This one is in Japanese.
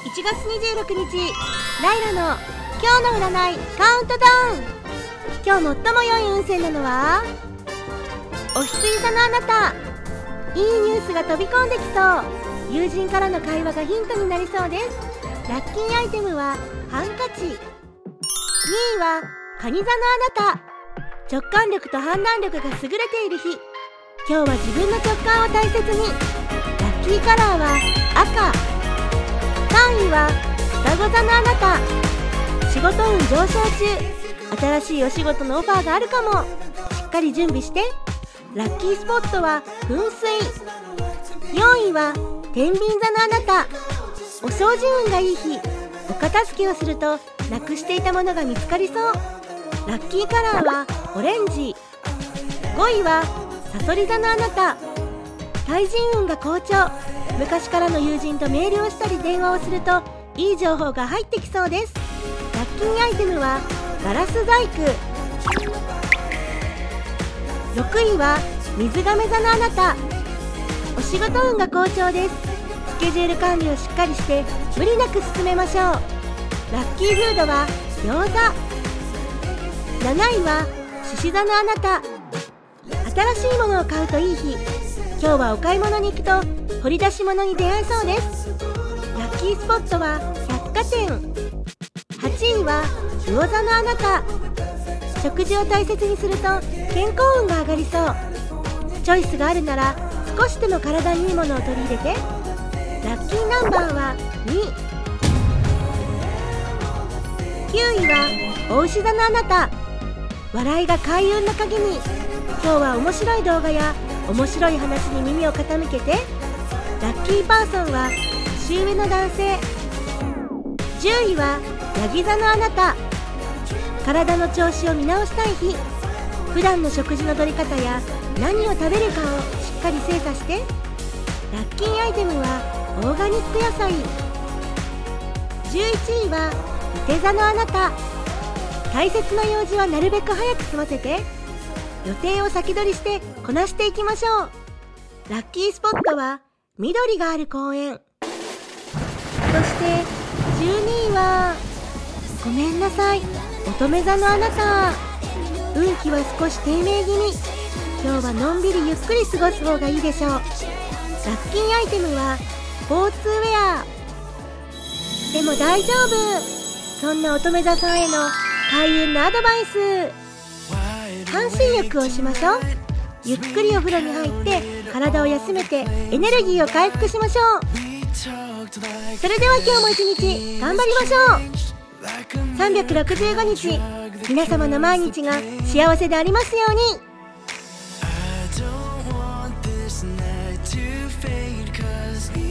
1月26日ライラの今日の占いカウントダウン。今日最も良い運勢なのはお羊座のあなた。いいニュースが飛び込んできそう。友人からの会話がヒントになりそうです。ラッキーアイテムはハンカチ。2位は蟹座のあなた。直感力と判断力が優れている日。今日は自分の直感を大切に。ラッキーカラーは赤。3位は双子座のあなた。仕事運上昇中。新しいお仕事のオファーがあるかも。しっかり準備して。ラッキースポットは噴水。4位は天秤座のあなた。お掃除運がいい日。お片付けをするとなくしていたものが見つかりそう。ラッキーカラーはオレンジ。5位はさそり座のあなた。対人運が好調。昔からの友人とメールをしたり電話をするといい情報が入ってきそうです。ラッキーアイテムはガラス細工。6位は水亀座のあなた。お仕事運が好調です。スケジュール管理をしっかりして無理なく進めましょう。ラッキーフードは餃子。7位は獅子座のあなた。新しいものを買うといい日。今日はお買い物に行くと掘り出し物に出会えそうです。ラッキースポットは百貨店。8位は魚座のあなた。食事を大切にすると健康運が上がりそう。チョイスがあるなら少しでも体にいいものを取り入れて。ラッキーナンバーは2。9位は牡牛座のあなた。笑いが開運の鍵に。今日は面白い動画や面白い話に耳を傾けて。ラッキーパーソンは年上の男性。10位はヤギ座のあなた。体の調子を見直したい日。普段の食事の取り方や何を食べるかをしっかり精査して。ラッキーアイテムはオーガニック野菜。11位はいて座のあなた。大切な用事はなるべく早く済ませて。予定を先取りしてこなしていきましょう。ラッキースポットは緑がある公園。そして12位はごめんなさい、乙女座のあなた。運気は少し低迷気味。今日はのんびりゆっくり過ごす方がいいでしょう。ラッキーアイテムはスポーツウェア。でも大丈夫。そんな乙女座さんへの開運のアドバイス。半身浴をしましょう。ゆっくりお風呂に入って体を休めてエネルギーを回復しましょう。それでは今日も一日頑張りましょう。365日皆様の毎日が幸せでありますように。 I don't want this night to fade 'cause